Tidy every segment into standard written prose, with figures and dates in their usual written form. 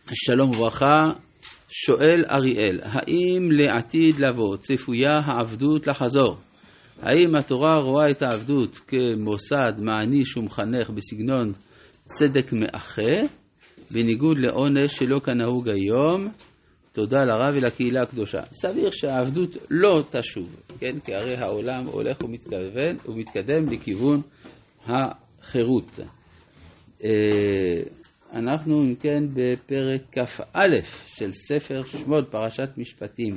שלום וברכה, שואל אריאל, האם לעתיד לבוא צפויה העבדות לחזור? האם התורה רואה את העבדות כמוסד מעניש ומחנך בסגנון צדק מאחה, בניגוד לעונש שלא כנהוג היום? תודה לרב ולקהילה הקדושה. סביר שהעבדות לא תשוב, כן? כי הרי העולם הולך ומתקדם לכיוון החירות. אנחנו אם כן בפרק כ"א של ספר שמות פרשת משפטים,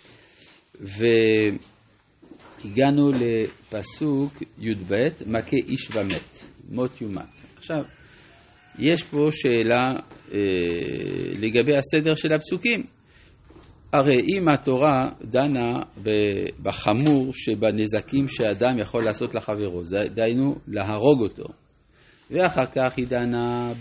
והגענו לפסוק י"ב, מכה איש ומת, מות יומת. עכשיו, יש פה שאלה לגבי הסדר של הפסוקים. הרי אם התורה דנה בחמור שבנזקים שאדם יכול לעשות לחברו, דיינו להרוג אותו, ואחר כך היא דנה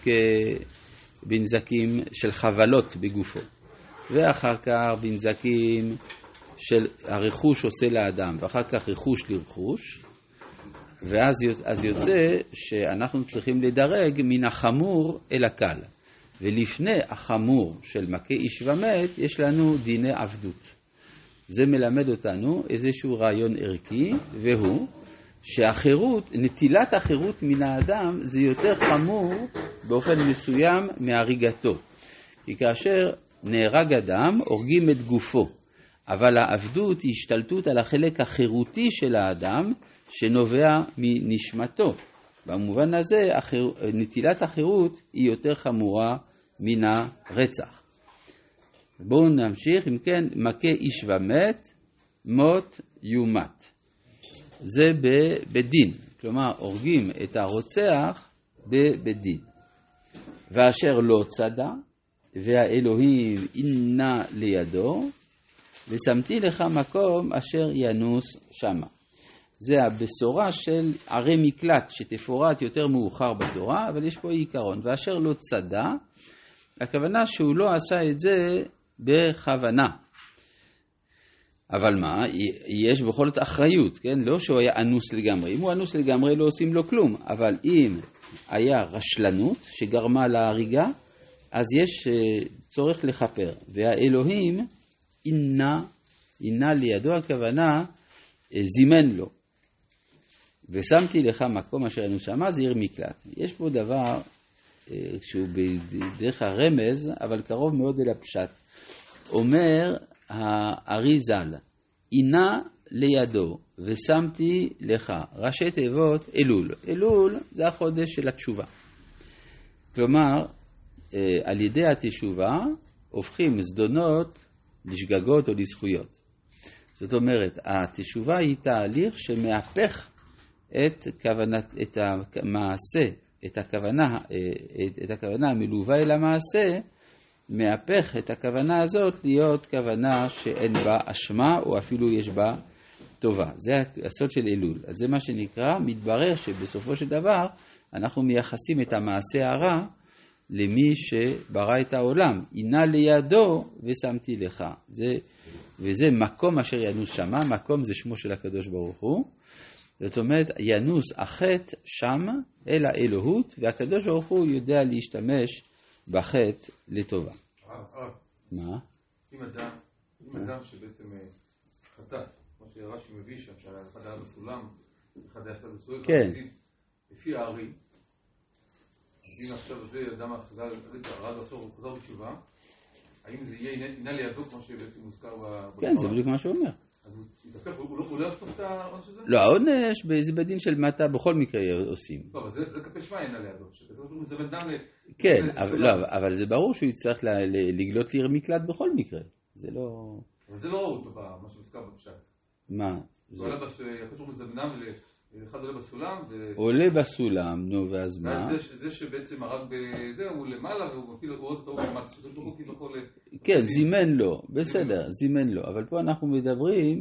בנזקים של חבלות בגופו, ואחר כך בנזקים של הרכוש עושה לאדם, ואחר כך רכוש לרכוש, ואז יוצא שאנחנו צריכים לדרג מן החמור אל הקל. ולפני החמור של מכה איש ומת יש לנו דיני עבדות. זה מלמד אותנו איזשהו רעיון ערכי, והוא שהחירות, נטילת החירות מן האדם זה יותר חמור באופן מסוים מהריגתו. כי כאשר נהרג אדם הורגים את גופו, אבל העבדות היא השתלטות על החלק החירותי של האדם שנובע מנשמתו. במובן הזה נטילת החירות היא יותר חמורה מן הרצח. בואו נמשיך. אם כן, מכה איש ומת, מות יומת. זה בדין, כלומר הורגים את הרוצח בדין. ואשר לא צדה והאלוהים אינה לידו, ושמתי לך מקום אשר ינוס שמה. זה הבשורה של ערי מקלט שתפורט יותר מאוחר בתורה, אבל יש פה עיקרון. ואשר לא צדה, הכוונה שהוא לא עשה את זה בכוונה. אבל מה? יש בכל זאת אחריות, כן? לא שהוא היה אנוס לגמרי. אם הוא אנוס לגמרי לא עושים לו כלום. אבל אם היה רשלנות שגרמה להריגה, אז יש צורך לחפר. והאלוהים אינה לידו, הכוונה זימן לו. ושמתי לך מקום אשר ינוס שמה, זה עיר מקלט. יש פה דבר שהוא בדרך הרמז, אבל קרוב מאוד אל הפשט. אומר הארי ז"ל, אינה לידו ושמתי לך, ראשי תיבות אלול. אלול זה החודש של התשובה. כלומר, על ידי התשובה הופכים זדונות לשגגות או לזכויות. זאת אומרת, התשובה היא תהליך שמהפך את המעשה, את הכוונה המלווה אל המעשה, מהפך את הכוונה הזאת להיות כוונה שאין בה אשמה או אפילו יש בה טובה. זה הסוד של אלול. אז זה מה שנקרא, מתברר שבסופו של דבר אנחנו מייחסים את המעשה הרע למי שברא את העולם. אינה לידו ושמתי לך. וזה מקום אשר ינוס שמה, מקום זה שמו של הקדוש ברוך הוא. זאת אומרת, ינוס החטא שם אל האלוהות, והקדוש ברוך הוא יודע להשתמש בחטא לטובה. מה? אם אדם שבעצם חטא, כמו שרש"י מביא שם, שאחד היה בסולם, אחד היה בסולם, לפי הארי, אם עכשיו זה אדם הרג עכשיו הוא חוזר בתשובה, האם זה יהיה אינה לידו כמו שבעצם מוזכר בגמרא? כן, זה בדיוק מה שהוא אומר. אז הוא לא יחטוף את העונש הזה? לא, העונש זה בדין של מטה בכל מקרה עושים. לא, אבל זה כלפי שמע אינה לידו. זה בן אדם כן, אבל זה ברור שהוא יצטרך לגלות לעיר מקלט בכל מקרה. זה לא... אבל זה לא ראו מה שמוזכר בפשט. מה? זה עולה שהקשור מזבנם אחד עולה בסולם. עולה בסולם, נו, ואז מה? זה שבעצם הרג בזה, הוא למעלה והוא מפיל עוד אותו למטה. כן, זימן לו, בסדר, זימן לו. אבל פה אנחנו מדברים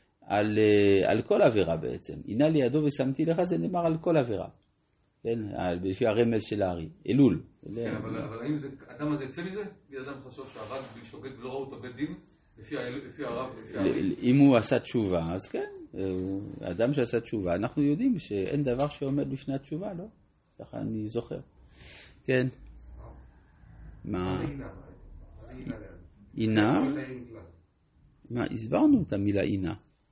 על כל עבירה בעצם. אינה לידו ושמתי לך, זה נאמר על כל עבירה. כן, לפי הרמז של הארי. אלול. כן, אבל האם אדם הזה יצא מזה? אדם חשוב שהרג בלי שוגג ולא ראו אותו בית דין? לפי הרב? אם הוא עשה תשובה, אז כן. אדם שעשה תשובה, אנחנו יודעים שאין דבר שעומד בפני התשובה, לא? ככה אני זוכר. כן. מה? עינה? מה, הסברנו את המילה עינה.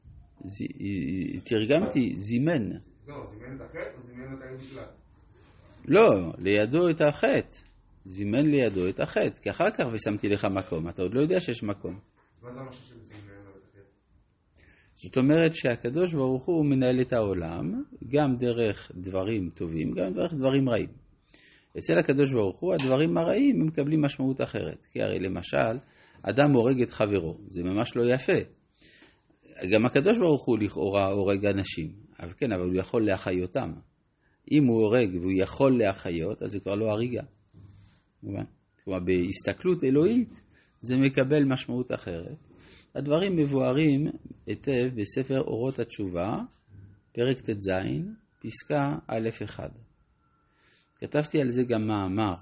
תרגמתי, זימן. לא, זימן את החטא או זימן את המקלט? לא, לידו את החטא. זימן לידו את החטא, כי אחר כך ושמתי לך מקום. אתה עוד לא יודע שיש מקום. מה זה המשהו של זימן את החטא? זאת אומרת שהקדוש ברוך הוא מנהל את העולם, גם דרך דברים טובים, גם דרך דברים רעים. אצל הקדוש ברוך הוא, הדברים הרעים הם מקבלים משמעות אחרת. כי הרי למשל, אדם הורג את חברו, זה ממש לא יפה. גם הקדוש ברוך הוא לכאורה הורג אנשים, אבל כן, אבל הוא יכול להחיותם. אם הוא הורג והוא יכול להחיות, אז זה כבר לא הריגה. כלומר, בהסתכלות אלוהית, זה מקבל משמעות אחרת. הדברים מבוארים היטב בספר אורות התשובה, פרק ט"ז, פסקה א'1. כתבתי על זה גם מאמר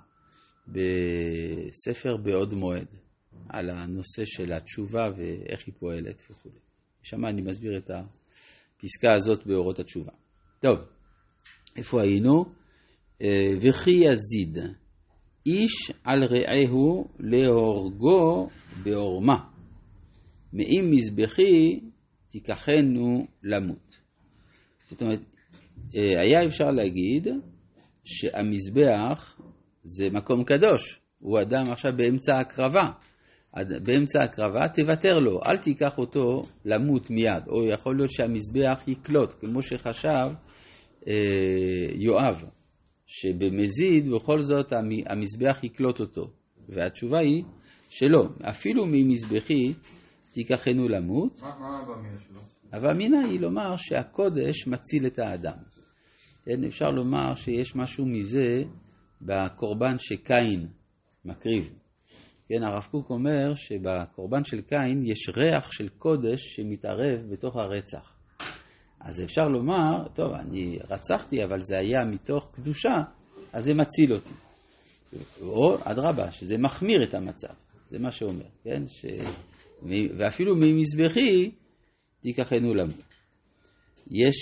בספר בעוד מועד, על הנושא של התשובה ואיך היא פועלת וכו'. שם אני מסביר את הפסקה הזאת באורות התשובה. טוב, איפה היינו? וכי יזיד איש על רעהו להורגו בעורמה, מאם מזבחי תיקחנו למות. זאת אומרת, היה אפשר להגיד שהמזבח זה מקום קדוש, הוא אדם עכשיו באמצע הקרבה. באמצע הקרבה תוותר לו, אל תיקח אותו למות מיד, או יכול להיות שהמזבח יקלוט, כמו שחשב יואב, שבמזיד בכל זאת המזבח יקלוט אותו, והתשובה היא שלא, אפילו ממזבחי תיקחנו למות. מה הבאמינה שלו? הבאמינה היא לומר שהקודש מציל את האדם. כן, אפשר לומר שיש משהו מזה בקורבן שקין מקריב. כן, הרב קוק אומר שבקורבן של קין יש ריח של קודש שמתערב בתוך הרצח. אז אפשר לומר, טוב, אני רצחתי, אבל זה היה מתוך קדושה, אז זה מציל אותי. או אדרבה, שזה מחמיר את המצב. זה מה שאומר, כן? ואפילו ממזבחי תיקחנו למות. יש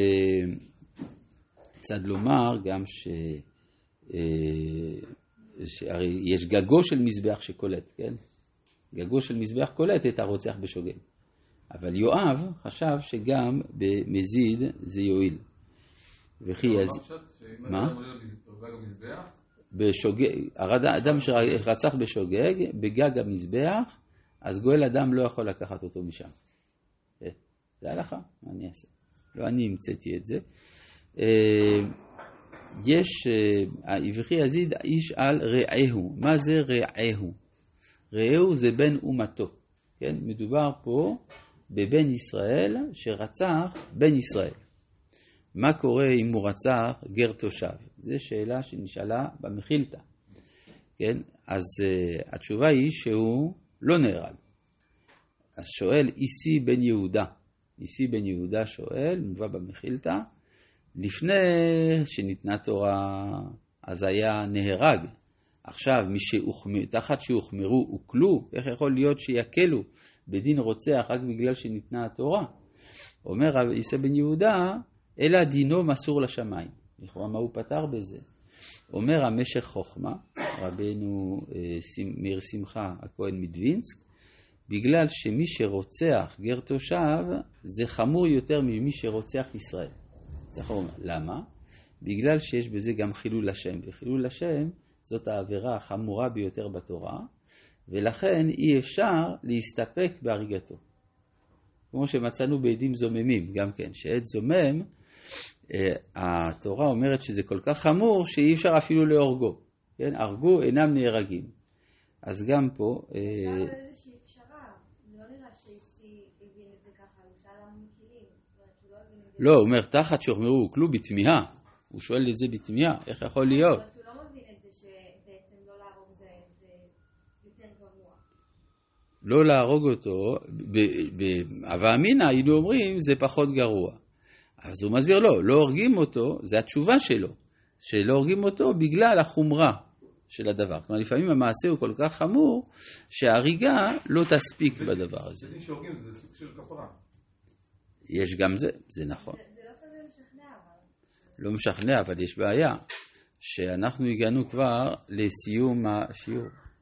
צד לומר גם שהרי יש גגו של מזבח שקולט, כן? גגו של מזבח קולט את הרוצח בשוגג. אבל יואב חשב שגם במזיד זה יועיל. וכי מה? בשוגג, אדם שרצח בשוגג, בגג המזבח, אז גואל אדם לא יכול לקחת אותו משם. זה הלכה, מה אני אעשה? לא אני המצאתי את זה. יש, וכי יזיד איש על רעהו. מה זה רעהו? רעהו זה בן אומתו. כן? מדובר פה בבן ישראל שרצח בן ישראל. מה קורה אם הוא רצח גר תושב? זו שאלה שנשאלה במחילתא. כן? אז התשובה היא שהוא לא נהרג. אז שואל איסי בן יהודה. איסי בן יהודה שואל, מובא במחילתא, לפני שניתנה תורה, אז היה נהרג. עכשיו, תחת שהוחמרו הוקלו, איך יכול להיות שיקלו בדין רוצח רק בגלל שניתנה התורה? אומר רב איסי בן יהודה, אלא דינו מסור לשמיים. לכאורה מה הוא פתר בזה? אומר המשך חוכמה, רבנו מאיר שמחה הכהן מדווינסק, בגלל שמי שרוצח גר תושב זה חמור יותר ממי שרוצח ישראל. למה? בגלל שיש בזה גם חילול השם, וחילול השם זאת העבירה החמורה ביותר בתורה, ולכן אי אפשר להסתפק בהריגתו. כמו שמצאנו בעדים זוממים, גם כן, שעד זומם, התורה אומרת שזה כל כך חמור שאי אפשר אפילו להורגו. כן? הרגו אינם נהרגים. אז גם פה... אפשר איזושהי פשרה, זה לא נראה שאיסי הבין את זה ככה, הוא שאל לנו מכירים. לא, הוא אומר, תחת שהוחמרו הוקלו בתמיהה. הוא שואל את זה בתמיהה, איך יכול להיות? אבל הוא לא מבין את זה שבעצם לא להרוג זה יותר גרוע. לא להרוג אותו, אבל אמינה היינו אומרים, זה פחות גרוע. אז הוא מסביר לא הורגים אותו, זה התשובה שלו, שלא הורגים אותו בגלל החומרה של הדבר. כלומר, לפעמים המעשה הוא כל כך חמור, שההריגה לא תספיק בדבר הזה. זה שהורגים זה סוג של כפרה. יש גם זה נכון. זה לא כזה משכנע, אבל... לא משכנע, אבל יש בעיה, שאנחנו הגענו כבר לסיום השיעור.